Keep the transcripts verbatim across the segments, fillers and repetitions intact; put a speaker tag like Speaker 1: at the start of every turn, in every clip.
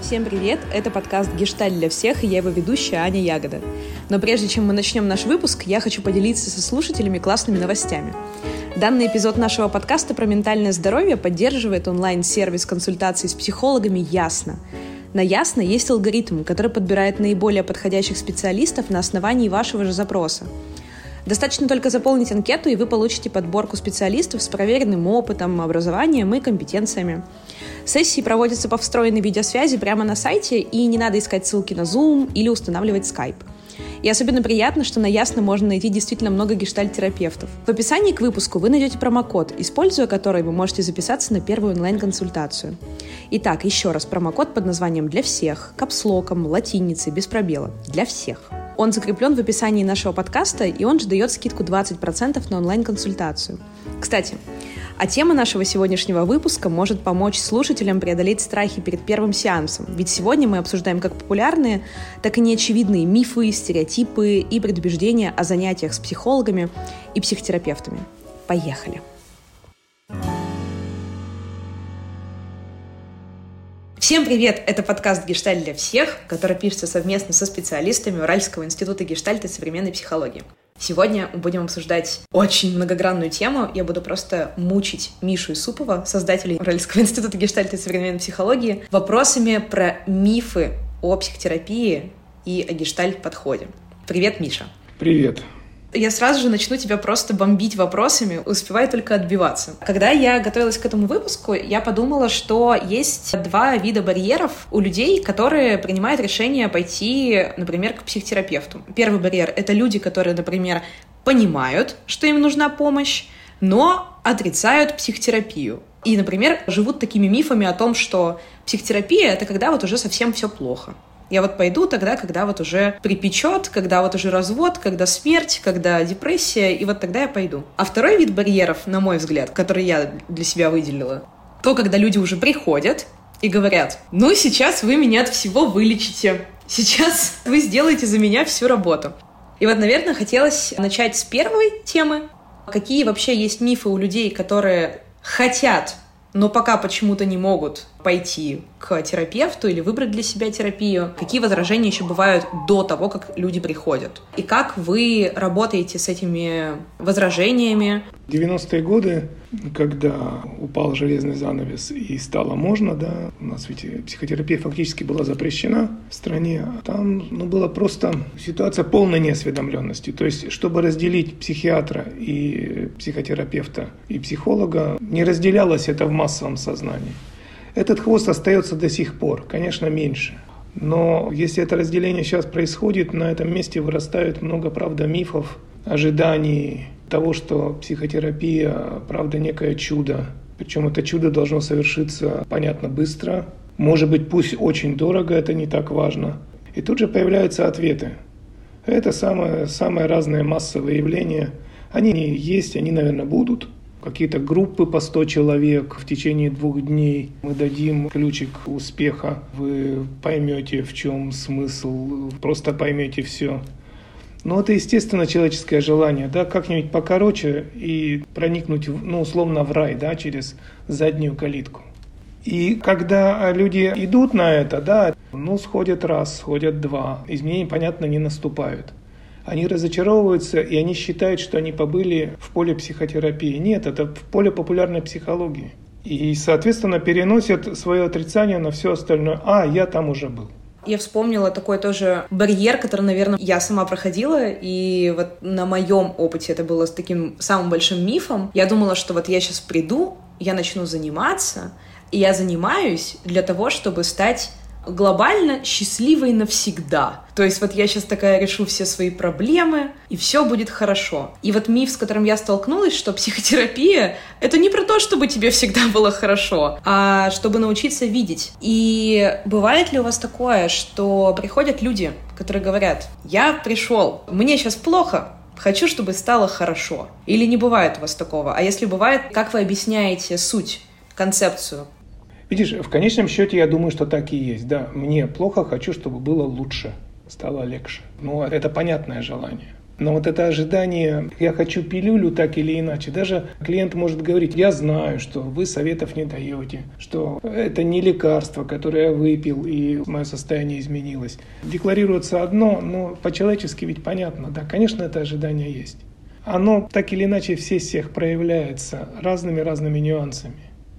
Speaker 1: Всем привет! Это подкаст «Гештальт для всех», и я его ведущая Аня Ягода. Но прежде чем мы начнем наш выпуск, я хочу поделиться со слушателями классными новостями. Данный эпизод нашего подкаста про ментальное здоровье поддерживает онлайн-сервис консультаций с психологами «Ясно». На «Ясно» есть алгоритм, который подбирает наиболее подходящих специалистов на основании вашего же запроса. Достаточно только заполнить анкету, и вы получите подборку специалистов с проверенным опытом, образованием и компетенциями. Сессии проводятся по встроенной видеосвязи прямо на сайте, и не надо искать ссылки на Zoom или устанавливать Skype. И особенно приятно, что на Ясно можно найти действительно много гештальт-терапевтов. В описании к выпуску вы найдете промокод, используя который вы можете записаться на первую онлайн-консультацию. Итак, еще раз, промокод под названием «Для всех», капслоком, латиницей, без пробела. Для всех. Он закреплен в описании нашего подкаста, и он же дает скидку двадцать процентов на онлайн-консультацию. Кстати, а тема нашего сегодняшнего выпуска может помочь слушателям преодолеть страхи перед первым сеансом, ведь сегодня мы обсуждаем как популярные, так и неочевидные мифы, стереотипы и предубеждения о занятиях с психологами и психотерапевтами. Поехали! Всем привет! Это подкаст «Гештальт для всех», который пишется совместно со специалистами Уральского института гештальта и современной психологии. Сегодня мы будем обсуждать очень многогранную тему. Я буду просто мучить Мишу Исупова, создателей Уральского института гештальта и современной психологии, вопросами про мифы о психотерапии и о гештальт-подходе. Привет, Миша!
Speaker 2: Привет!
Speaker 1: Я сразу же начну тебя просто бомбить вопросами, успевай только отбиваться. Когда я готовилась к этому выпуску, я подумала, что есть два вида барьеров у людей, которые принимают решение пойти, например, к психотерапевту. Первый барьер — это люди, которые, например, понимают, что им нужна помощь, но отрицают психотерапию. И, например, живут такими мифами о том, что психотерапия — это когда вот уже совсем все плохо. Я вот пойду тогда, когда вот уже припечет, когда вот уже развод, когда смерть, когда депрессия, и вот тогда я пойду. А второй вид барьеров, на мой взгляд, который я для себя выделила, то, когда люди уже приходят и говорят: ну, сейчас вы меня от всего вылечите, сейчас вы сделаете за меня всю работу. И вот, наверное, хотелось начать с первой темы. Какие вообще есть мифы у людей, которые хотят, но пока почему-то не могут пойти к терапевту или выбрать для себя терапию? Какие возражения еще бывают до того, как люди приходят? И как вы работаете с этими возражениями?
Speaker 2: В девяностые годы, когда упал железный занавес и стало можно, да, у нас ведь психотерапия фактически была запрещена в стране, там ну, была просто ситуация полной неосведомленности. То есть, чтобы разделить психиатра и психотерапевта и психолога, не разделялось это в массовом сознании. Этот хвост остается до сих пор, конечно, меньше. Но если это разделение сейчас происходит, на этом месте вырастает много, правда, мифов, ожиданий того, что психотерапия, правда, некое чудо. Причем это чудо должно совершиться, понятно, быстро. Может быть, пусть очень дорого, это не так важно. И тут же появляются ответы. Это самые, самые разные массовые явления. Они есть, они, наверное, будут. Какие-то группы по сто человек в течение двух дней. Мы дадим ключик успеха. Вы поймете, в чем смысл, просто поймете все. Но это, естественно, человеческое желание, да, как-нибудь покороче и проникнуть, ну, условно, в рай, да, через заднюю калитку. И когда люди идут на это, да, ну, сходят раз, сходят два, изменения, понятно, не наступают. Они разочаровываются, и они считают, что они побыли в поле психотерапии. Нет, это в поле популярной психологии. И, соответственно, переносят свое отрицание на все остальное. А, я там уже был.
Speaker 1: Я вспомнила такой тоже барьер, который, наверное, я сама проходила, и вот на моем опыте это было таким самым большим мифом. Я думала, что вот я сейчас приду, я начну заниматься, и я занимаюсь для того, чтобы стать глобально счастливой навсегда. То есть вот я сейчас такая решу все свои проблемы, и все будет хорошо. И вот миф, с которым я столкнулась, что психотерапия — это не про то, чтобы тебе всегда было хорошо, а чтобы научиться видеть. И бывает ли у вас такое, что приходят люди, которые говорят: я пришел, мне сейчас плохо, хочу, чтобы стало хорошо? Или не бывает у вас такого? А если бывает, как вы объясняете суть, концепцию?
Speaker 2: Видишь, в конечном счете я думаю, что так и есть. Да, мне плохо, хочу, чтобы было лучше, стало легче. Ну, это понятное желание. Но вот это ожидание, я хочу пилюлю так или иначе, даже клиент может говорить, я знаю, что вы советов не даете, что это не лекарство, которое я выпил, и мое состояние изменилось. Декларируется одно, но по-человечески ведь понятно, да, конечно, это ожидание есть. Оно так или иначе в сессиях проявляется разными-разными нюансами.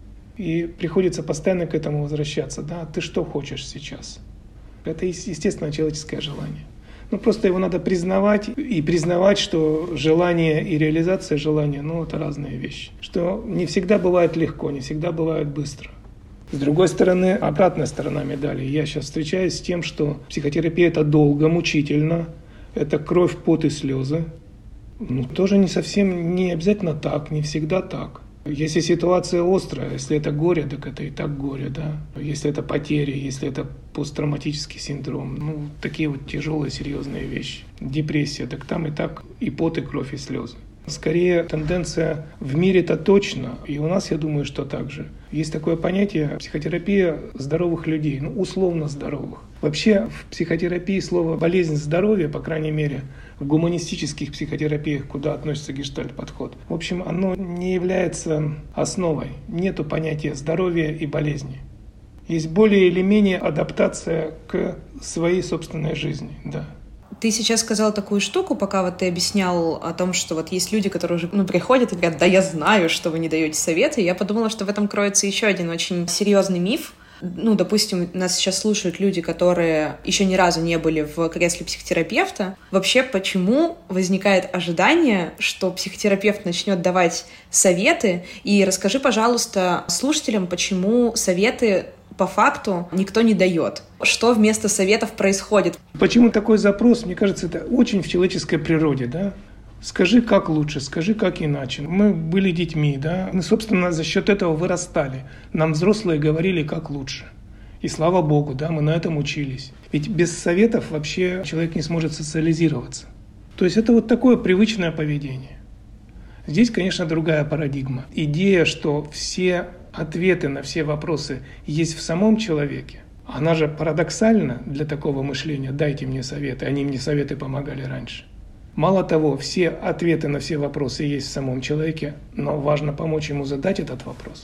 Speaker 2: И приходится постоянно к этому возвращаться, да, ты что хочешь сейчас? Это естественно человеческое желание. Ну, просто его надо признавать и признавать, что желание и реализация желания, ну, это разные вещи. Что не всегда бывает легко, не всегда бывает быстро. С другой стороны, обратная сторона медали. Я сейчас встречаюсь с тем, что психотерапия – это долго, мучительно, это кровь, пот и слезы. Ну, тоже не совсем, не обязательно так, не всегда так. Если ситуация острая, если это горе, так это и так горе, да. Если это потери, если это посттравматический синдром, ну, такие вот тяжелые, серьезные вещи. Депрессия, так там и так и пот, и кровь, и слезы. Скорее, тенденция в мире-то точно, и у нас, я думаю, что так же. Есть такое понятие психотерапия здоровых людей, ну, условно здоровых. Вообще, в психотерапии слово «болезнь здоровья», по крайней мере, в гуманистических психотерапиях, куда относится гештальт-подход, в общем, оно не является основой. Нету понятия здоровья и болезни. Есть более или менее адаптация к своей собственной жизни, да.
Speaker 1: Ты сейчас сказал такую штуку, пока вот ты объяснял о том, что вот есть люди, которые уже ну, приходят и говорят, да, я знаю, что вы не даете советы. Я подумала, что в этом кроется еще один очень серьезный миф. Ну, допустим, нас сейчас слушают люди, которые еще ни разу не были в кресле психотерапевта. Вообще, почему возникает ожидание, что психотерапевт начнет давать советы? И расскажи, пожалуйста, слушателям, почему советы по факту никто не дает. Что вместо советов происходит?
Speaker 2: Почему такой запрос? Мне кажется, это очень в человеческой природе, да? Скажи, как лучше, скажи, как иначе. Мы были детьми, да? Мы, собственно, за счет этого вырастали. Нам взрослые говорили, как лучше. И слава Богу, да, мы на этом учились. Ведь без советов вообще человек не сможет социализироваться. То есть это вот такое привычное поведение. Здесь, конечно, другая парадигма. Идея, что все ответы на все вопросы есть в самом человеке, она же парадоксальна для такого мышления. Дайте мне советы, они мне советы помогали раньше. Мало того, все ответы на все вопросы есть в самом человеке, но важно помочь ему задать этот вопрос.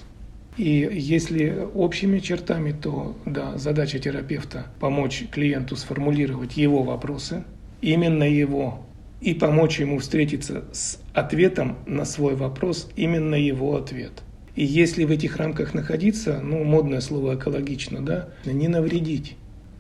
Speaker 2: И если общими чертами, то да, задача терапевта – помочь клиенту сформулировать его вопросы, именно его, и помочь ему встретиться с ответом на свой вопрос, именно его ответ. И если в этих рамках находиться, ну, модное слово экологично, да, не навредить.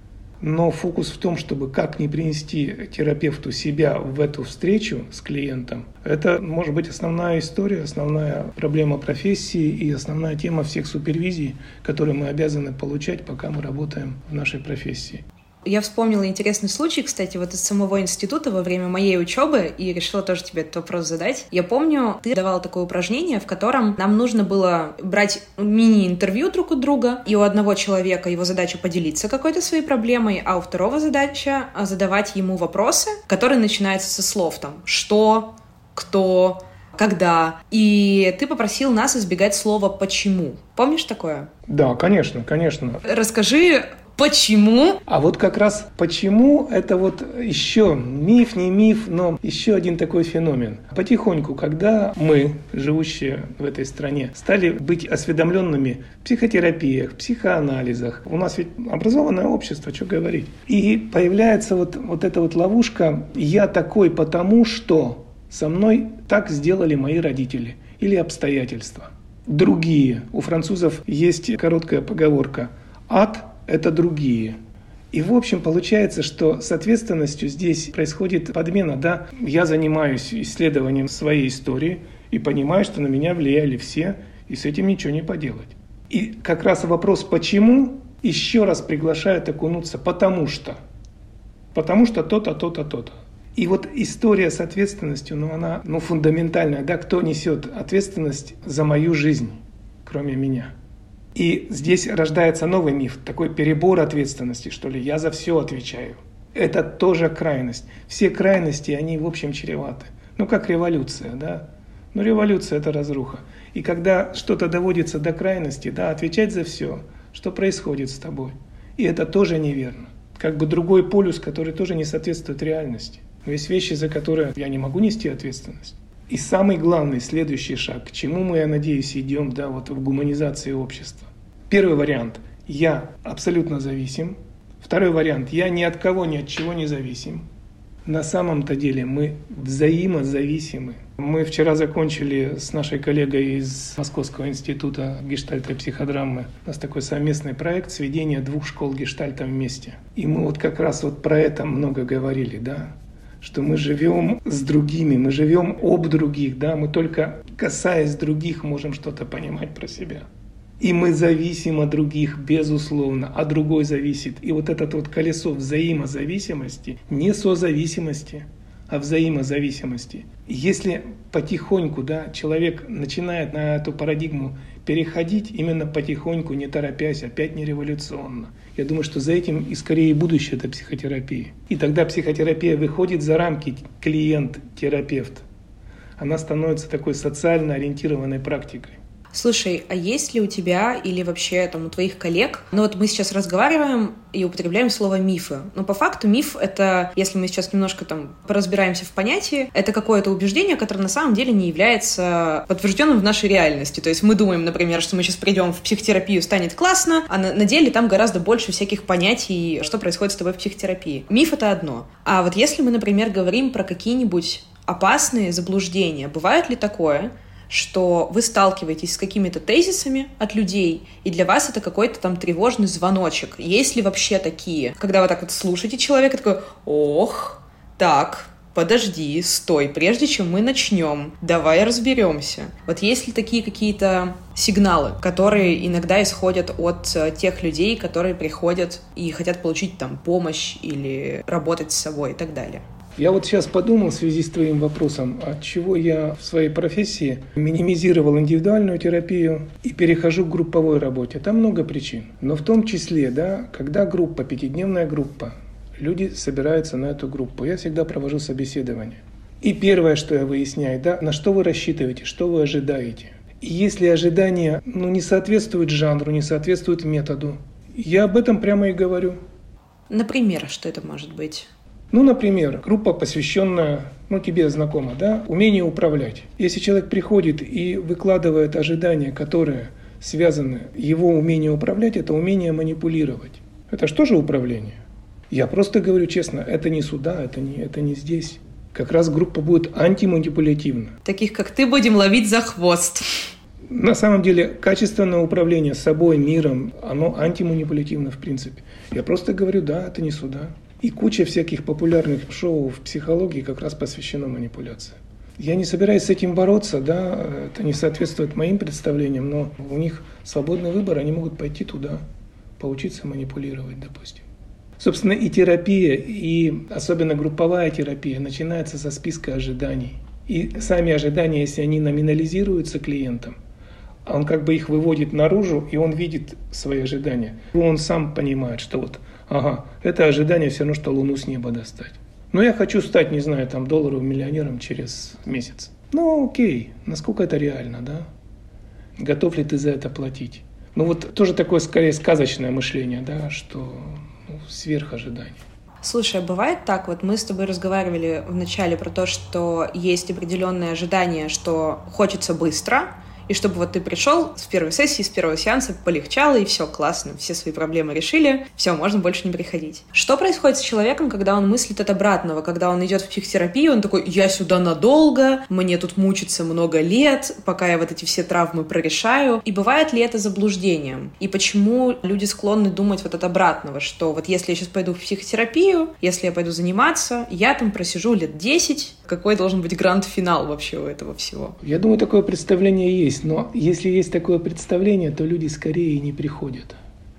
Speaker 2: Но фокус в том, чтобы как не принести терапевту себя в эту встречу с клиентом, это может быть основная история, основная проблема профессии и основная тема всех супервизий, которые мы обязаны получать, пока мы работаем в нашей профессии.
Speaker 1: Я вспомнила интересный случай, кстати, вот из самого института во время моей учебы, и решила тоже тебе этот вопрос задать. Я помню, ты давала такое упражнение, в котором нам нужно было брать мини-интервью друг у друга, и у одного человека его задача поделиться какой-то своей проблемой, а у второго задача задавать ему вопросы, которые начинаются со слов там «что», «кто», «когда». И ты попросил нас избегать слова «почему». Помнишь такое?
Speaker 2: Да, конечно, конечно.
Speaker 1: Расскажи, почему?
Speaker 2: А вот как раз почему это вот еще миф, не миф, но еще один такой феномен. Потихоньку, когда мы, живущие в этой стране, стали быть осведомленными в психотерапиях, в психоанализах, у нас ведь образованное общество, что говорить, и появляется вот, вот эта вот ловушка «я такой потому, что со мной так сделали мои родители» или обстоятельства. Другие. У французов есть короткая поговорка «ад» – это другие. И, в общем, получается, что с ответственностью здесь происходит подмена. Да? Я занимаюсь исследованием своей истории и понимаю, что на меня влияли все, и с этим ничего не поделать. И как раз вопрос «почему?» еще раз приглашает окунуться «потому что». Потому что то-то, то-то, то-то. И вот история с ответственностью, ну, она ну, фундаментальная. Да? Кто несет ответственность за мою жизнь, кроме меня? И здесь рождается новый миф, такой перебор ответственности, что ли, я за все отвечаю. Это тоже крайность. Все крайности, они в общем чреваты. Ну, как революция, да? Ну, революция – это разруха. И когда что-то доводится до крайности, да, отвечать за все, что происходит с тобой. И это тоже неверно. Как бы другой полюс, который тоже не соответствует реальности. Но есть вещи, за которые я не могу нести ответственность. И самый главный, следующий шаг, к чему мы, я надеюсь, идем, да, вот в гуманизации общества. Первый вариант – я абсолютно зависим. Второй вариант – я ни от кого, ни от чего не зависим. На самом-то деле мы взаимозависимы. Мы вчера закончили с нашей коллегой из Московского института гештальта и психодраммы. У нас такой совместный проект сведения двух школ гештальта вместе. И мы вот как раз вот про это много говорили, да, что мы живем с другими, мы живем об других, да, мы только касаясь других можем что-то понимать про себя. И мы зависим от других, безусловно, а другой зависит. И вот это вот колесо взаимозависимости, не созависимости, а взаимозависимости. Если потихоньку, да, человек начинает на эту парадигму переходить, именно потихоньку, не торопясь, опять не революционно, я думаю, что за этим и скорее будущее это психотерапии. И тогда психотерапия выходит за рамки клиент-терапевт. Она становится такой социально ориентированной практикой.
Speaker 1: Слушай, а есть ли у тебя или вообще там у твоих коллег, ну вот мы сейчас разговариваем и употребляем слово «мифы», но по факту миф — это, если мы сейчас немножко там поразбираемся в понятии, это какое-то убеждение, которое на самом деле не является подтвержденным в нашей реальности. То есть мы думаем, например, что мы сейчас придем в психотерапию, станет классно, а на, на деле там гораздо больше всяких понятий, что происходит с тобой в психотерапии. Миф — это одно. А вот если мы, например, говорим про какие-нибудь опасные заблуждения, бывает ли такое, что вы сталкиваетесь с какими-то тезисами от людей, и для вас это какой-то там тревожный звоночек? Есть ли вообще такие? Когда вы так вот слушаете человека, такой: ох, так, подожди, стой, прежде чем мы начнем, давай разберемся. Вот есть ли такие какие-то сигналы, которые иногда исходят от тех людей, которые приходят и хотят получить там помощь или работать с собой и так далее?
Speaker 2: Я вот сейчас подумал в связи с твоим вопросом, от чего я в своей профессии минимизировал индивидуальную терапию и перехожу к групповой работе. Там много причин. Но в том числе, да, когда группа, пятидневная группа, люди собираются на эту группу, я всегда провожу собеседование. И первое, что я выясняю, да, на что вы рассчитываете, что вы ожидаете. И если ожидания, ну, не соответствуют жанру, не соответствуют методу, я об этом прямо и говорю.
Speaker 1: Например, что это может быть?
Speaker 2: Ну, например, группа, посвященная, ну, тебе знакома, да, умению управлять. Если человек приходит и выкладывает ожидания, которые связаны, его умение управлять, это умение манипулировать. Это что же управление? Я просто говорю честно, это не сюда, это не, это не здесь. Как раз группа будет антиманипулятивна.
Speaker 1: Таких, как ты, будем ловить за хвост.
Speaker 2: На самом деле, качественное управление собой, миром, оно антиманипулятивно в принципе. Я просто говорю, да, это не сюда. И куча всяких популярных шоу в психологии как раз посвящена манипуляции. Я не собираюсь с этим бороться, да, это не соответствует моим представлениям, но у них свободный выбор, они могут пойти туда, поучиться манипулировать, допустим. Собственно, и терапия, и особенно групповая терапия начинается со списка ожиданий. И сами ожидания, если они номинализируются клиентом, он как бы их выводит наружу, и он видит свои ожидания. И он сам понимает, что вот, ага, это ожидание все равно, что Луну с неба достать. Но я хочу стать, не знаю, там, долларовым миллионером через месяц. Ну, окей, насколько это реально, да? Готов ли ты за это платить? Ну, вот тоже такое, скорее, сказочное мышление, да, что ну, сверхожидание.
Speaker 1: Слушай, а бывает так, вот мы с тобой разговаривали вначале про то, что есть определенное ожидание, что хочется быстро, и чтобы вот ты пришел с первой сессии, с первого сеанса, полегчало, и все, классно, все свои проблемы решили, все, можно больше не приходить. Что происходит с человеком, когда он мыслит от обратного, когда он идет в психотерапию, он такой: я сюда надолго, мне тут мучиться много лет, пока я вот эти все травмы прорешаю. И бывает ли это заблуждением? И почему люди склонны думать вот от обратного, что вот если я сейчас пойду в психотерапию, если я пойду заниматься, я там просижу лет десять, какой должен быть гранд-финал вообще у этого всего?
Speaker 2: Я думаю, такое представление есть. Но если есть такое представление, то люди скорее и не приходят.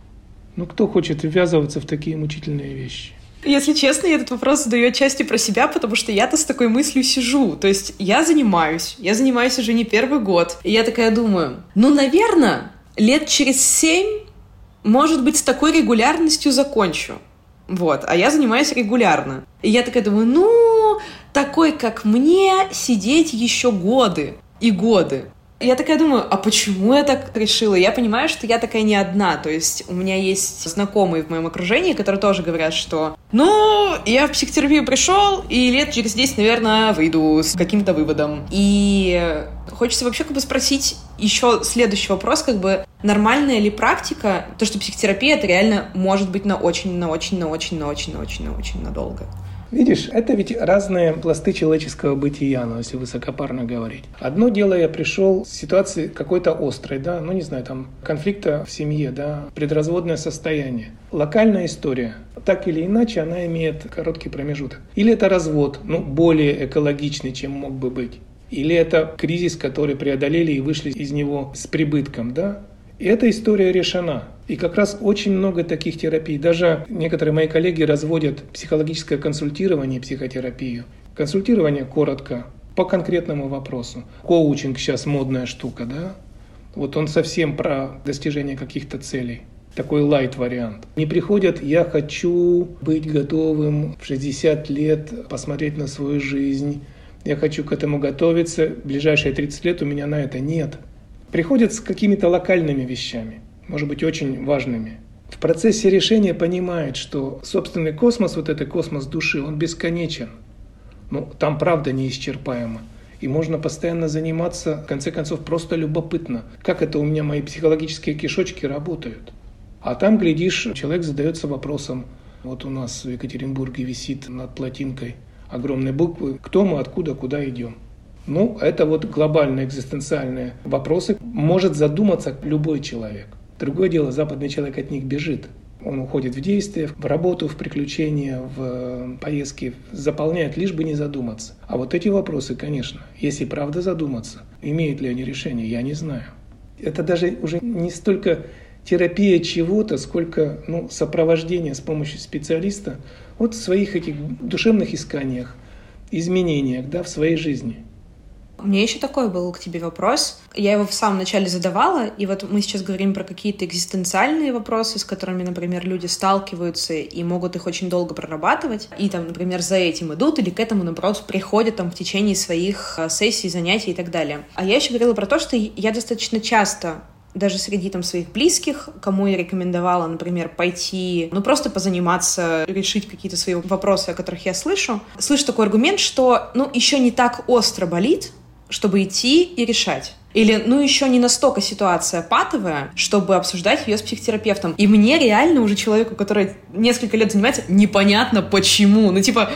Speaker 2: Ну, кто хочет ввязываться в такие мучительные вещи?
Speaker 1: Если честно, я этот вопрос задаю отчасти про себя, потому что я-то с такой мыслью сижу. То есть я занимаюсь, я занимаюсь уже не первый год. И я такая думаю, ну, наверное, лет через семь, может быть, с такой регулярностью закончу. Вот, а я занимаюсь регулярно. И я такая думаю, ну, такой, как мне, сидеть еще годы и годы. Я такая думаю, а почему я так решила? Я понимаю, что я такая не одна. То есть у меня есть знакомые в моем окружении, которые тоже говорят, что ну, я в психотерапию пришел, и лет через десять, наверное, выйду с каким-то выводом. И хочется вообще как бы спросить еще следующий вопрос, как бы нормальная ли практика, то, что психотерапия это реально может быть на очень, на очень, на очень, на очень, на очень, на очень надолго.
Speaker 2: Видишь, это ведь разные пласты человеческого бытия, ну, если высокопарно говорить. Одно дело, я пришел с ситуации какой-то острой, да, ну не знаю, там конфликта в семье, да, предразводное состояние. Локальная история. Так или иначе, она имеет короткий промежуток. Или это развод, ну, более экологичный, чем мог бы быть. Или это кризис, который преодолели и вышли из него с прибытком, да. И эта история решена. И как раз очень много таких терапий. Даже некоторые мои коллеги разводят психологическое консультирование и психотерапию. Консультирование коротко, по конкретному вопросу. Коучинг сейчас модная штука, да? Вот он совсем про достижение каких-то целей. Такой лайт-вариант. Не приходят, я хочу быть готовым в шестьдесят лет посмотреть на свою жизнь. Я хочу к этому готовиться. Ближайшие тридцать лет у меня на это нет. Приходят с какими-то локальными вещами, может быть, очень важными. В процессе решения понимает, что собственный космос, вот этот космос души, он бесконечен. Ну, там правда неисчерпаемо. И можно постоянно заниматься, в конце концов, просто любопытно, как это у меня мои психологические кишочки работают. А там, глядишь, человек задается вопросом, вот у нас в Екатеринбурге висит над плотинкой огромные буквы, кто мы, откуда, куда идем. Ну, это вот глобальные экзистенциальные вопросы. Может задуматься любой человек. Другое дело, западный человек от них бежит. Он уходит в действие, в работу, в приключения, в поездки, заполняет, лишь бы не задуматься. А вот эти вопросы, конечно, если правда задуматься, имеют ли они решение, я не знаю. Это даже уже не столько терапия чего-то, сколько ну, сопровождение с помощью специалиста вот в своих этих душевных исканиях, изменениях, да, в своей жизни.
Speaker 1: У меня еще такой был к тебе вопрос. Я его в самом начале задавала, и вот мы сейчас говорим про какие-то экзистенциальные вопросы, с которыми, например, люди сталкиваются и могут их очень долго прорабатывать, и там, например, за этим идут или к этому, наоборот, приходят там в течение своих сессий, занятий и так далее. А я еще говорила про то, что я достаточно часто даже среди там своих близких, кому я рекомендовала, например, пойти, ну, просто позаниматься, решить какие-то свои вопросы, о которых я слышу, слышу такой аргумент, что, ну, еще не так остро болит, чтобы идти и решать. Или, ну, еще не настолько ситуация патовая, чтобы обсуждать ее с психотерапевтом. И мне реально уже человеку, который несколько лет занимается, непонятно почему. Ну, типа,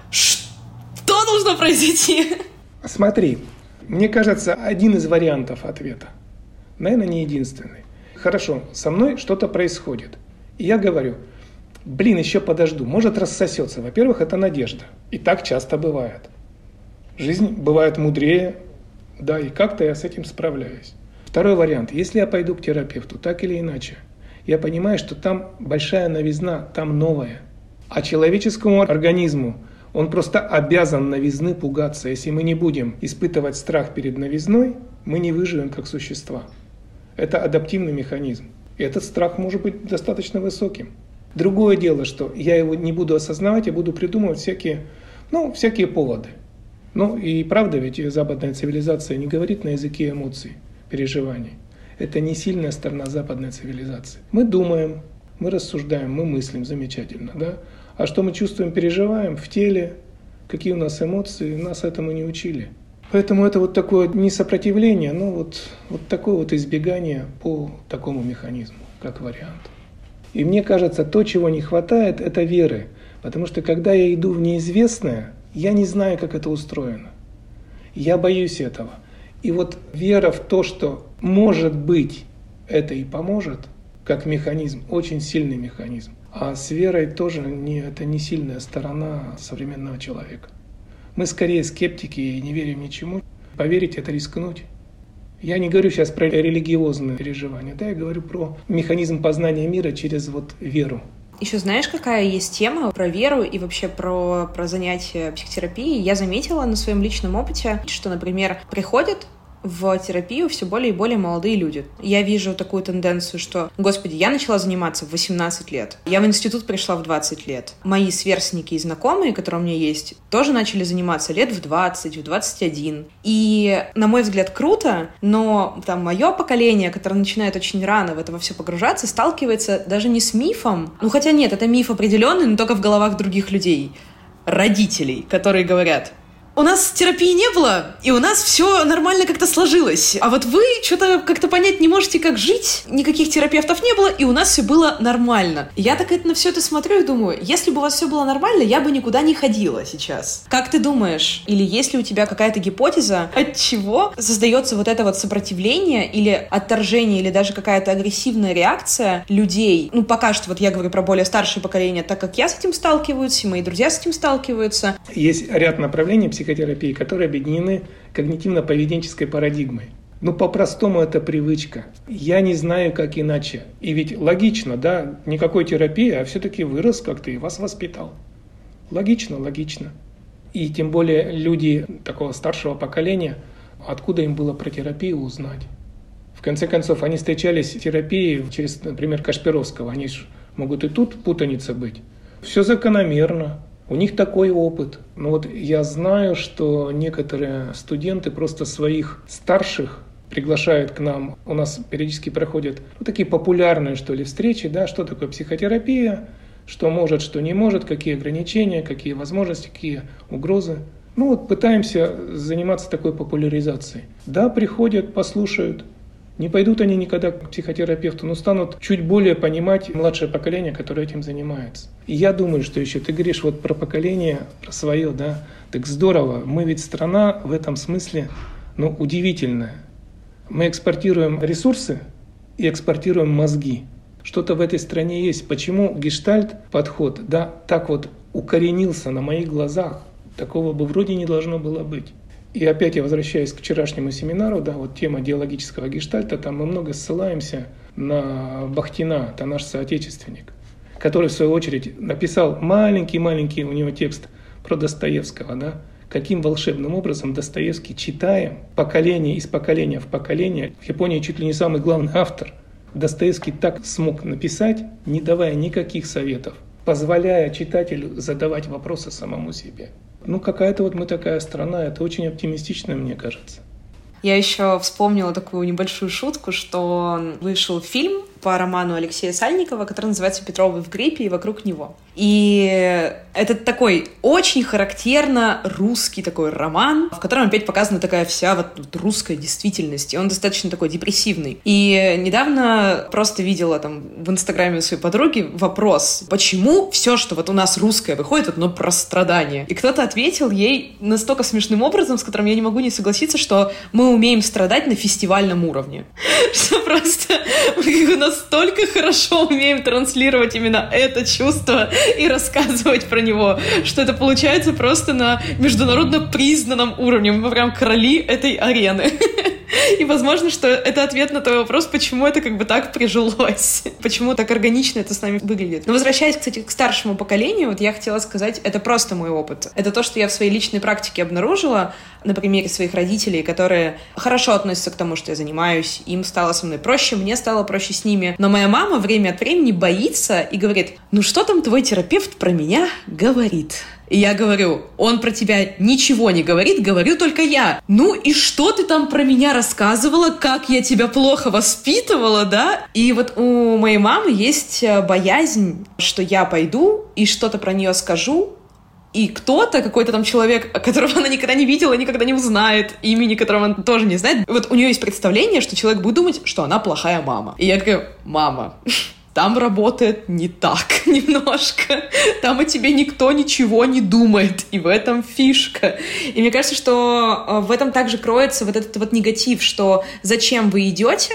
Speaker 1: что нужно произойти?
Speaker 2: Смотри, мне кажется, один из вариантов ответа, наверное, не единственный. Хорошо, со мной что-то происходит. И я говорю, блин, еще подожду, может рассосется. Во-первых, это надежда. И так часто бывает. Жизнь бывает мудрее, да, и как-то я с этим справляюсь. Второй вариант. Если я пойду к терапевту, так или иначе, я понимаю, что там большая новизна, там новое. А человеческому организму он просто обязан новизны пугаться. Если мы не будем испытывать страх перед новизной, мы не выживем как существа. Это адаптивный механизм. И этот страх может быть достаточно высоким. Другое дело, что я его не буду осознавать, я буду придумывать всякие, ну, всякие поводы. Ну и правда, ведь западная цивилизация не говорит на языке эмоций, переживаний. Это не сильная сторона западной цивилизации. Мы думаем, мы рассуждаем, мы мыслим, замечательно, да? А что мы чувствуем, переживаем в теле, какие у нас эмоции, нас этому не учили. Поэтому это вот такое не сопротивление, но вот, вот такое вот избегание по такому механизму, как вариант. И мне кажется, то, чего не хватает, это веры. Потому что когда я иду в неизвестное, я не знаю, как это устроено. Я боюсь этого. И вот вера в то, что может быть это и поможет, как механизм, очень сильный механизм. А с верой тоже не, это не сильная сторона современного человека. Мы скорее скептики и не верим ничему. Поверить – это рискнуть. Я не говорю сейчас про религиозные переживания, да, я говорю про механизм познания мира через вот веру.
Speaker 1: Еще знаешь, какая есть тема про веру и вообще про, про занятия психотерапией? Я заметила на своем личном опыте, что, например, приходят в терапию все более и более молодые люди. Я вижу такую тенденцию, что, господи, я начала заниматься в восемнадцать лет. Я в институт пришла в двадцать лет. Мои сверстники и знакомые, которые у меня есть, тоже начали заниматься лет в двадцать, в двадцать один. И, на мой взгляд, круто, но там мое поколение, которое начинает очень рано в это во все погружаться, сталкивается даже не с мифом, ну хотя нет, это миф определенный, но только в головах других людей, родителей, которые говорят: у нас терапии не было, и у нас все нормально как-то сложилось. А вот вы что-то как-то понять не можете, как жить. Никаких терапевтов не было, и у нас все было нормально. Я так это, на все это смотрю и думаю, если бы у вас все было нормально, я бы никуда не ходила сейчас. Как ты думаешь? Или есть ли у тебя какая-то гипотеза, от чего создается вот это вот сопротивление или отторжение, или даже какая-то агрессивная реакция людей? Ну, пока что, вот я говорю про более старшее поколение, так как я с этим сталкиваюсь, и мои друзья с этим сталкиваются.
Speaker 2: Есть ряд направлений психологии, психотерапии, которые объединены когнитивно-поведенческой парадигмой. Ну, по-простому это привычка. Я не знаю, как иначе. И ведь логично, да, никакой терапии, а все-таки вырос как-то и вас воспитал. Логично, логично. И тем более люди такого старшего поколения, откуда им было про терапию узнать? В конце концов, они встречались в терапии через, например, Кашпировского. Они же могут и тут путаница быть. Все закономерно. У них такой опыт. Но вот я знаю, что некоторые студенты просто своих старших приглашают к нам. У нас периодически проходят ну, такие популярные, что ли, встречи, да, что такое психотерапия, что может, что не может, какие ограничения, какие возможности, какие угрозы. Ну вот пытаемся заниматься такой популяризацией. Да, приходят, послушают. Не пойдут они никогда к психотерапевту, но станут чуть более понимать младшее поколение, которое этим занимается. И я думаю, что еще ты говоришь вот про поколение, про свое, да, так здорово. Мы ведь страна в этом смысле, ну, удивительная. Мы экспортируем ресурсы и экспортируем мозги. Что-то в этой стране есть. Почему гештальт-подход, да, так вот укоренился на моих глазах? Такого бы вроде не должно было быть. И опять я возвращаюсь к вчерашнему семинару, да, вот тема диалогического гештальта, там мы много ссылаемся на Бахтина, это наш соотечественник, который в свою очередь написал маленький-маленький у него текст про Достоевского, да, каким волшебным образом Достоевский читаем поколение из поколения в поколение. В Японии чуть ли не самый главный автор. Достоевский так смог написать, не давая никаких советов, позволяя читателю задавать вопросы самому себе. Ну, какая-то вот мы такая страна, это очень оптимистично, мне кажется.
Speaker 1: Я еще вспомнила такую небольшую шутку, что вышел фильм по роману Алексея Сальникова, который называется «Петровы в гриппе и вокруг него». И это такой очень характерно русский такой роман, в котором опять показана такая вся вот, вот русская действительность, и он достаточно такой депрессивный. И недавно просто видела там в инстаграме у своей подруги вопрос, почему все, что вот у нас русское выходит, оно про страдания. И кто-то ответил ей настолько смешным образом, с которым я не могу не согласиться, что мы умеем страдать на фестивальном уровне. Что просто мы настолько хорошо умеем транслировать именно это чувство и рассказывать про него, что это получается просто на международно признанном уровне. Мы прям короли этой арены. И возможно, что это ответ на твой вопрос, почему это как бы так прижилось, почему так органично это с нами выглядит. Но возвращаясь, кстати, к старшему поколению, вот я хотела сказать, это просто мой опыт. Это то, что я в своей личной практике обнаружила на примере своих родителей, которые хорошо относятся к тому, что я занимаюсь, им стало со мной проще, мне стало проще с ними. Но моя мама время от времени боится и говорит, ну что там твой терапевт про меня говорит? И я говорю, он про тебя ничего не говорит, говорю только я. Ну и что ты там про меня рассказывала, как я тебя плохо воспитывала, да? И вот у моей мамы есть боязнь, что я пойду и что-то про нее скажу, и кто-то, какой-то там человек, которого она никогда не видела, никогда не узнает, имени которого она тоже не знает, вот у нее есть представление, что человек будет думать, что она плохая мама. И я говорю, мама, там работает не так немножко. Там о тебе никто ничего не думает. И в этом фишка. И мне кажется, что в этом также кроется вот этот вот негатив, что зачем вы идете,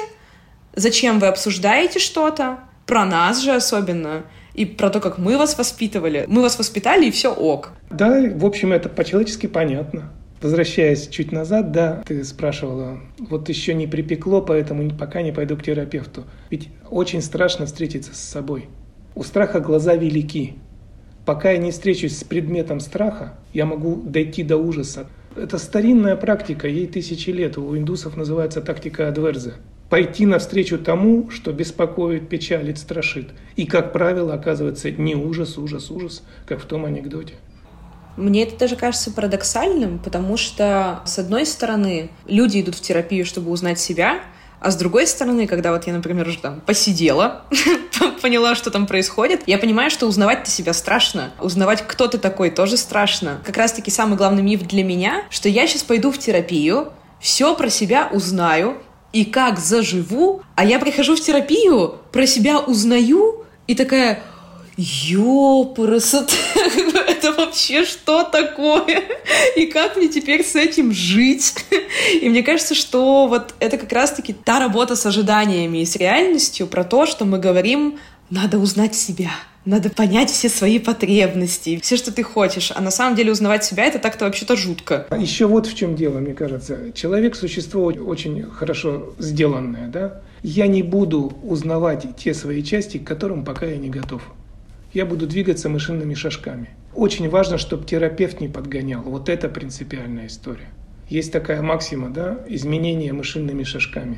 Speaker 1: зачем вы обсуждаете что-то, про нас же особенно, и про то, как мы вас воспитывали. Мы вас воспитали, и все ок.
Speaker 2: Да, в общем, это по-человечески понятно. Возвращаясь чуть назад, да, ты спрашивала, вот еще не припекло, поэтому пока не пойду к терапевту. Ведь очень страшно встретиться с собой. У страха глаза велики. Пока я не встречусь с предметом страха, я могу дойти до ужаса. Это старинная практика, ей тысячи лет. У индусов называется тактика адверза. Пойти навстречу тому, что беспокоит, печалит, страшит. И, как правило, оказывается не ужас, ужас, ужас, как в том анекдоте.
Speaker 1: Мне это даже кажется парадоксальным, потому что, с одной стороны, люди идут в терапию, чтобы узнать себя, а с другой стороны, когда вот я, например, уже там посидела, поняла, что там происходит, я понимаю, что узнавать-то себя страшно. Узнавать, кто ты такой, тоже страшно. Как раз-таки самый главный миф для меня, что я сейчас пойду в терапию, все про себя узнаю, и как заживу, а я прихожу в терапию, про себя узнаю, и такая... Ёпрст, это вообще что такое? И как мне теперь с этим жить? И мне кажется, что вот это как раз-таки та работа с ожиданиями и с реальностью про то, что мы говорим, надо узнать себя, надо понять все свои потребности, все, что ты хочешь. А на самом деле узнавать себя — это так-то вообще-то жутко.
Speaker 2: Еще вот в чем дело, мне кажется. Человек — существо очень хорошо сделанное, да? Я не буду узнавать те свои части, к которым пока я не готов. Я буду двигаться мышиными шажками. Очень важно, чтобы терапевт не подгонял. Вот это принципиальная история. Есть такая максима, да, изменение мышиными шажками.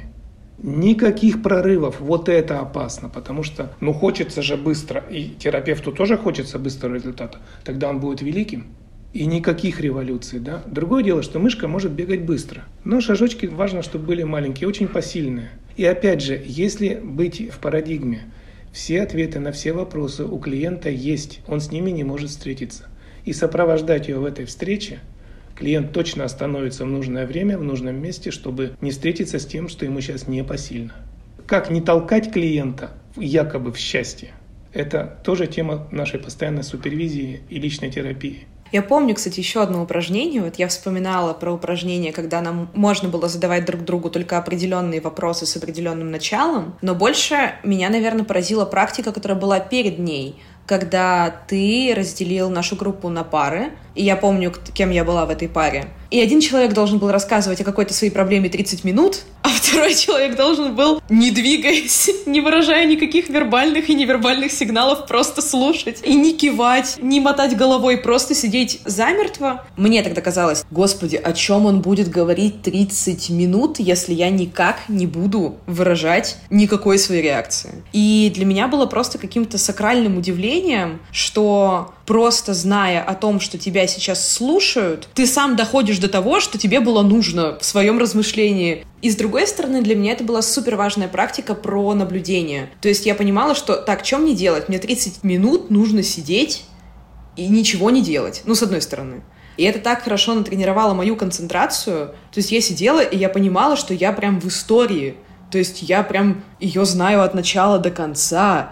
Speaker 2: Никаких прорывов, вот это опасно, потому что, ну, хочется же быстро, и терапевту тоже хочется быстрого результата, тогда он будет великим. И никаких революций, да. Другое дело, что мышка может бегать быстро, но шажочки важно, чтобы были маленькие, очень посильные. И опять же, если быть в парадигме, все ответы на все вопросы у клиента есть, он с ними не может встретиться. И сопровождать ее в этой встрече, клиент точно остановится в нужное время, в нужном месте, чтобы не встретиться с тем, что ему сейчас не посильно. Как не толкать клиента якобы в счастье, это тоже тема нашей постоянной супервизии и личной терапии.
Speaker 1: Я помню, кстати, еще одно упражнение. Вот я вспоминала про упражнение, когда нам можно было задавать друг другу только определенные вопросы с определенным началом. Но больше меня, наверное, поразила практика, которая была перед ней, когда ты разделил нашу группу на пары. И я помню, кем я была в этой паре. И один человек должен был рассказывать о какой-то своей проблеме тридцать минут, а второй человек должен был, не двигаясь, не выражая никаких вербальных и невербальных сигналов, просто слушать. И не кивать, не мотать головой, просто сидеть замертво. Мне тогда казалось, господи, о чем он будет говорить тридцать минут, если я никак не буду выражать никакой своей реакции. И для меня было просто каким-то сакральным удивлением, что просто зная о том, что тебя сейчас слушают, ты сам доходишь до того, что тебе было нужно в своем размышлении. И с другой стороны, для меня это была супер важная практика про наблюдение. То есть я понимала, что так, что мне делать? Мне тридцать минут нужно сидеть и ничего не делать. Ну, с одной стороны. И это так хорошо натренировало мою концентрацию. То есть я сидела, и я понимала, что я прям в истории. То есть я прям ее знаю от начала до конца.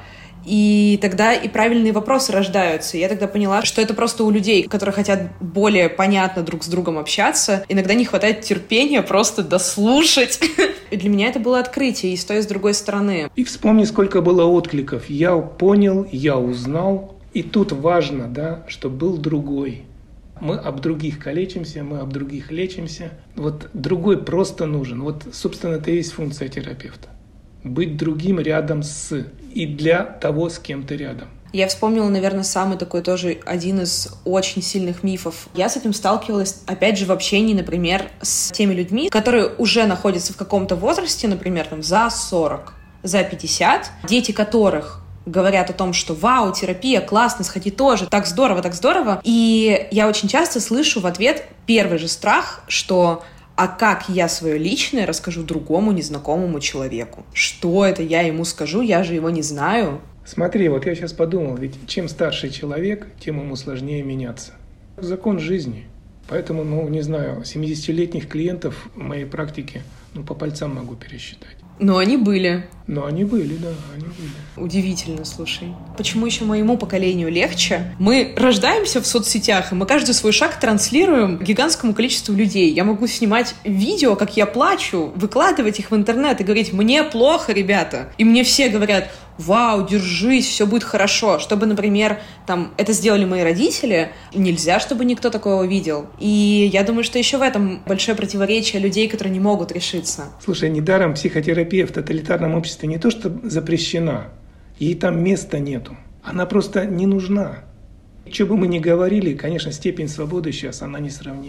Speaker 1: И тогда и правильные вопросы рождаются. Я тогда поняла, что это просто у людей, которые хотят более понятно друг с другом общаться, иногда не хватает терпения просто дослушать. И для меня это было открытие и с той, и с другой стороны.
Speaker 2: И вспомни, сколько было откликов. Я понял, я узнал. И тут важно, да, что был другой. Мы об других калечимся, мы об других лечимся. Вот другой просто нужен. Вот, собственно, это и есть функция терапевта. Быть другим рядом с и для того, с кем ты рядом.
Speaker 1: Я вспомнила, наверное, самый такой тоже один из очень сильных мифов. Я с этим сталкивалась, опять же, в общении, например, с теми людьми, которые уже находятся в каком-то возрасте, например, там, за сорок, за пятьдесят, дети которых говорят о том, что вау, терапия, классно, сходи тоже, так здорово, так здорово. И я очень часто слышу в ответ первый же страх, что а как я свое личное расскажу другому незнакомому человеку? Что это я ему скажу? Я же его не знаю.
Speaker 2: Смотри, вот я сейчас подумал, ведь чем старше человек, тем ему сложнее меняться. Закон жизни. Поэтому, ну, не знаю, семидесятилетних клиентов в моей практике, ну, по пальцам могу пересчитать.
Speaker 1: Но они были.
Speaker 2: Но они были, да, они были.
Speaker 1: Удивительно, слушай. Почему еще моему поколению легче? Мы рождаемся в соцсетях, и мы каждый свой шаг транслируем гигантскому количеству людей. Я могу снимать видео, как я плачу, выкладывать их в интернет и говорить: мне плохо, ребята. И мне все говорят: вау, держись, все будет хорошо. Чтобы, например, там, это сделали мои родители, нельзя, чтобы никто такого видел. И я думаю, что еще в этом большое противоречие людей, которые не могут решиться.
Speaker 2: Слушай, недаром психотерапия в тоталитарном обществе не то что запрещена, ей там места нету. Она просто не нужна. Что бы мы ни говорили, конечно, степень свободы сейчас, она несравнима.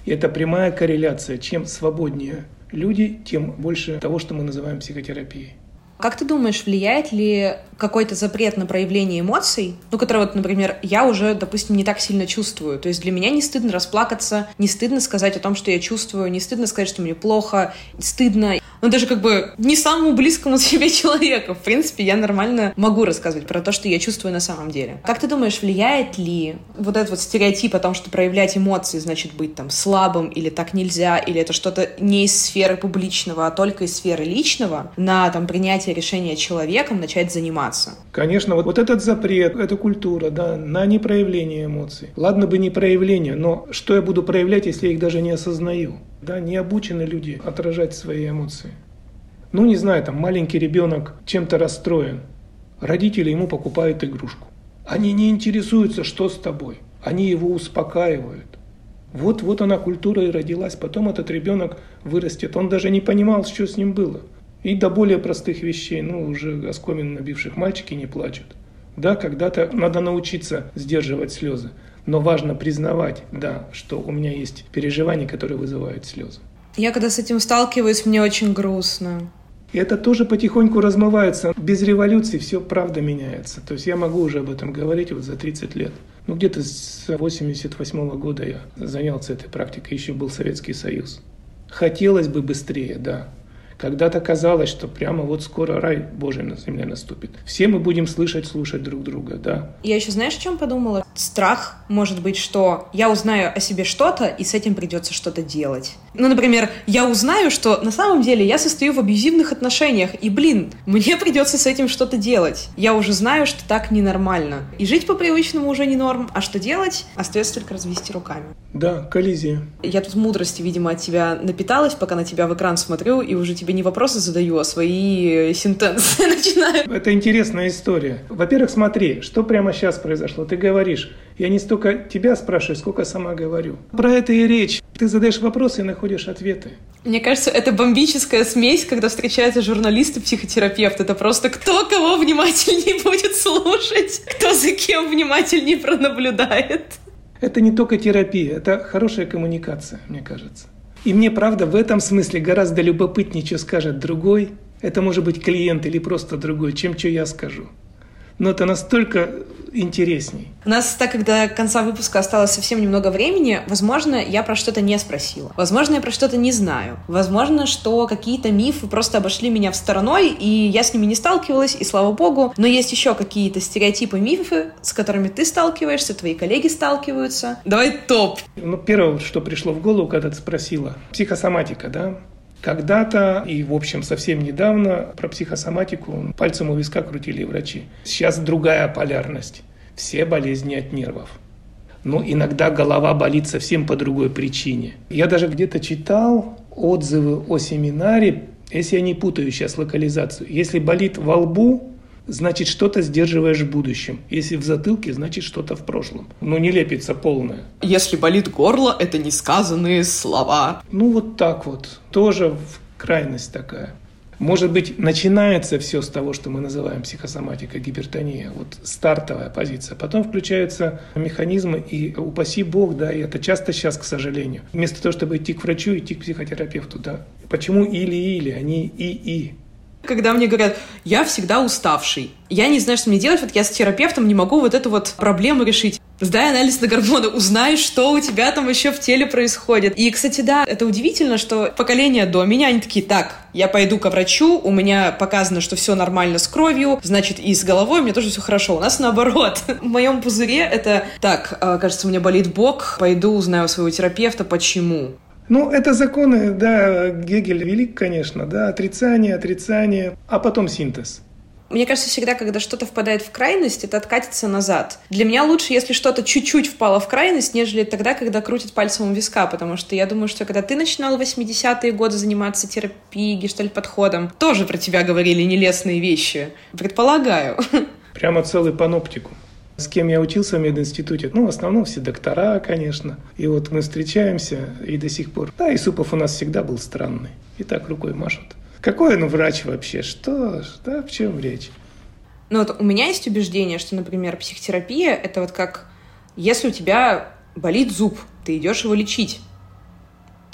Speaker 2: И это прямая корреляция. Чем свободнее люди, тем больше того, что мы называем психотерапией.
Speaker 1: Как ты думаешь, влияет ли какой-то запрет на проявление эмоций, ну, который, вот, например, я уже, допустим, не так сильно чувствую. То есть для меня не стыдно расплакаться, не стыдно сказать о том, что я чувствую, не стыдно сказать, что мне плохо, стыдно. Ну, даже как бы не самому близкому себе человеку. В принципе, я нормально могу рассказывать про то, что я чувствую на самом деле. Как ты думаешь, влияет ли вот этот вот стереотип о том, что проявлять эмоции значит быть там слабым, или так нельзя, или это что-то не из сферы публичного, а только из сферы личного, на там принятие решения человеком начать заниматься?
Speaker 2: Конечно, вот, вот этот запрет, эта культура, да, на непроявление эмоций. Ладно бы не проявление, но что я буду проявлять, если я их даже не осознаю? Да, не обучены люди отражать свои эмоции. Ну, не знаю, там маленький ребенок чем-то расстроен. Родители ему покупают игрушку. Они не интересуются, что с тобой. Они его успокаивают. Вот, вот она культура и родилась. Потом этот ребенок вырастет. Он даже не понимал, что с ним было. И до более простых вещей, ну, уже оскомин набивших, мальчики не плачут. Да, когда-то надо научиться сдерживать слезы. Но важно признавать, да, что у меня есть переживания, которые вызывают слезы.
Speaker 1: Я когда с этим сталкиваюсь, мне очень грустно.
Speaker 2: И это тоже потихоньку размывается. Без революции все правда меняется. То есть я могу уже об этом говорить вот за тридцать лет. Ну, где-то с восемьдесят восьмого года я занялся этой практикой, еще был Советский Союз. Хотелось бы быстрее, да. Когда-то казалось, что прямо вот скоро рай Божий на земле наступит. Все мы будем слышать, слушать друг друга, да.
Speaker 1: Я еще знаешь, о чем подумала? Страх может быть, что я узнаю о себе что-то, и с этим придется что-то делать. Ну, например, я узнаю, что на самом деле я состою в абьюзивных отношениях, и, блин, мне придется с этим что-то делать. Я уже знаю, что так ненормально. И жить по привычному уже не норм, а что делать? Остается только развести руками.
Speaker 2: Да, коллизия.
Speaker 1: Я тут мудрости, видимо, от тебя напиталась, пока на тебя в экран смотрю, и уже тебе не вопросы задаю, а свои сентенции начинаю.
Speaker 2: Это интересная история. Во-первых, смотри, что прямо сейчас произошло. Ты говоришь, я не столько тебя спрашиваю, сколько сама говорю. Про это и речь. Ты задаешь вопросы и находишь ответы.
Speaker 1: Мне кажется, это бомбическая смесь, когда встречаются журналисты, психотерапевты. Это просто кто кого внимательнее будет слушать, кто за кем внимательнее пронаблюдает.
Speaker 2: Это не только терапия, это хорошая коммуникация, мне кажется. И мне, правда, в этом смысле гораздо любопытнее, что скажет другой. Это может быть клиент или просто другой, чем что я скажу. Но это настолько интересней.
Speaker 1: У нас, так как до конца выпуска осталось совсем немного времени, возможно, я про что-то не спросила. Возможно, я про что-то не знаю. Возможно, что какие-то мифы просто обошли меня в стороной, и я с ними не сталкивалась, и слава богу. Но есть еще какие-то стереотипы, мифы, с которыми ты сталкиваешься, твои коллеги сталкиваются. Давай топ!
Speaker 2: Ну, первое, что пришло в голову, когда ты спросила. Психосоматика, да? Когда-то, и в общем совсем недавно, про психосоматику пальцем у виска крутили врачи. Сейчас другая полярность. Все болезни от нервов. Но иногда голова болит совсем по другой причине. Я даже где-то читал отзывы о семинаре, если я не путаю сейчас локализацию. Если болит во лбу, значит что-то сдерживаешь в будущем. Если в затылке, значит что-то в прошлом. Ну, не лепится полное.
Speaker 1: Если болит горло, это несказанные слова.
Speaker 2: Ну, вот так вот. Тоже крайность такая. Может быть, начинается все с того, что мы называем психосоматика, гипертония. Вот стартовая позиция. Потом включаются механизмы, и упаси бог, да, и это часто сейчас, к сожалению. Вместо того, чтобы идти к врачу, идти к психотерапевту, да. Почему или-или, а не и-и?
Speaker 1: Когда мне говорят, я всегда уставший, я не знаю, что мне делать, вот я с терапевтом не могу вот эту вот проблему решить. Сдай анализ на гормоны, узнай, что у тебя там еще в теле происходит. И, кстати, да, это удивительно, что поколение до меня, они такие, так, я пойду к врачу, у меня показано, что все нормально с кровью, значит, и с головой у меня тоже все хорошо. У нас наоборот. В моем пузыре это, так, кажется, у меня болит бок, пойду узнаю у своего терапевта, почему.
Speaker 2: Ну, это законы, да, Гегель велик, конечно, да, отрицание, отрицание, а потом синтез.
Speaker 1: Мне кажется, всегда, когда что-то впадает в крайность, это откатится назад. Для меня лучше, если что-то чуть-чуть впало в крайность, нежели тогда, когда крутят пальцем у виска, потому что я думаю, что когда ты начинал в восьмидесятые годы заниматься терапией, гештальт-подходом, тоже про тебя говорили нелестные вещи. Предполагаю.
Speaker 2: Прямо целый паноптикум. С кем я учился в мединституте? Ну, в основном все доктора, конечно. И вот мы встречаемся, и до сих пор. Да, Исупов у нас всегда был странный. И так рукой машут. Какой он врач вообще? Что? Да, в чем речь?
Speaker 1: Ну вот у меня есть убеждение, что, например, психотерапия — это вот как если у тебя болит зуб, ты идешь его лечить.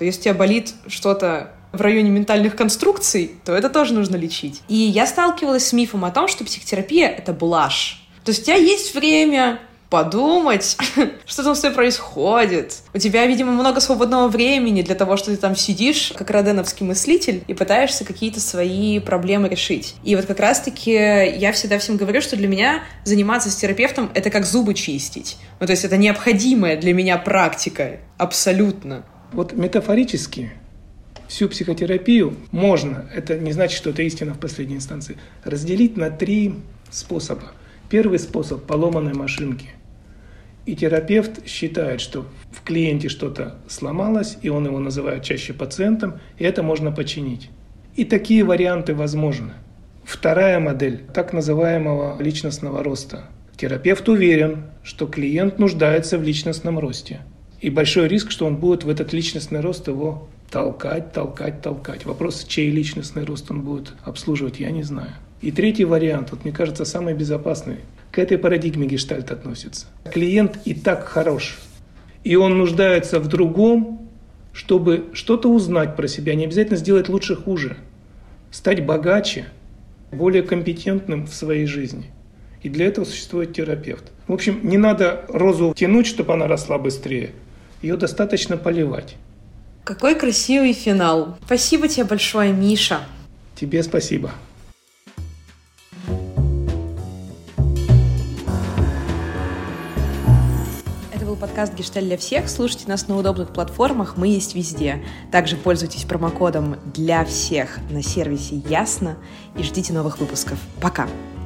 Speaker 1: то если у тебя болит что-то в районе ментальных конструкций, то это тоже нужно лечить. И я сталкивалась с мифом о том, что психотерапия — это блажь. То есть у тебя есть время подумать, что там с тобой происходит. У тебя, видимо, много свободного времени для того, что ты там сидишь, как роденовский мыслитель, и пытаешься какие-то свои проблемы решить. И вот как раз-таки я всегда всем говорю, что для меня заниматься с терапевтом — это как зубы чистить. Ну, то есть это необходимая для меня практика. Абсолютно.
Speaker 2: Вот метафорически всю психотерапию можно, это не значит, что это истина в последней инстанции, разделить на три способа. Первый способ – поломанной машинки. И терапевт считает, что в клиенте что-то сломалось, и он его называет чаще пациентом, и это можно починить. И такие варианты возможны. Вторая модель – так называемого личностного роста. Терапевт уверен, что клиент нуждается в личностном росте. И большой риск, что он будет в этот личностный рост его толкать, толкать, толкать. Вопрос, чей личностный рост он будет обслуживать, я не знаю. И третий вариант, вот мне кажется, самый безопасный, к этой парадигме гештальт относится. Клиент и так хорош, и он нуждается в другом, чтобы что-то узнать про себя, не обязательно сделать лучше, хуже, стать богаче, более компетентным в своей жизни. И для этого существует терапевт. В общем, не надо розу тянуть, чтобы она росла быстрее. Ее достаточно поливать.
Speaker 1: Какой красивый финал. Спасибо тебе большое, Миша.
Speaker 2: Тебе спасибо.
Speaker 1: Подкаст «Гештальт для всех». Слушайте нас на удобных платформах, мы есть везде. Также пользуйтесь промокодом «Для всех» на сервисе Ясно и ждите новых выпусков. Пока!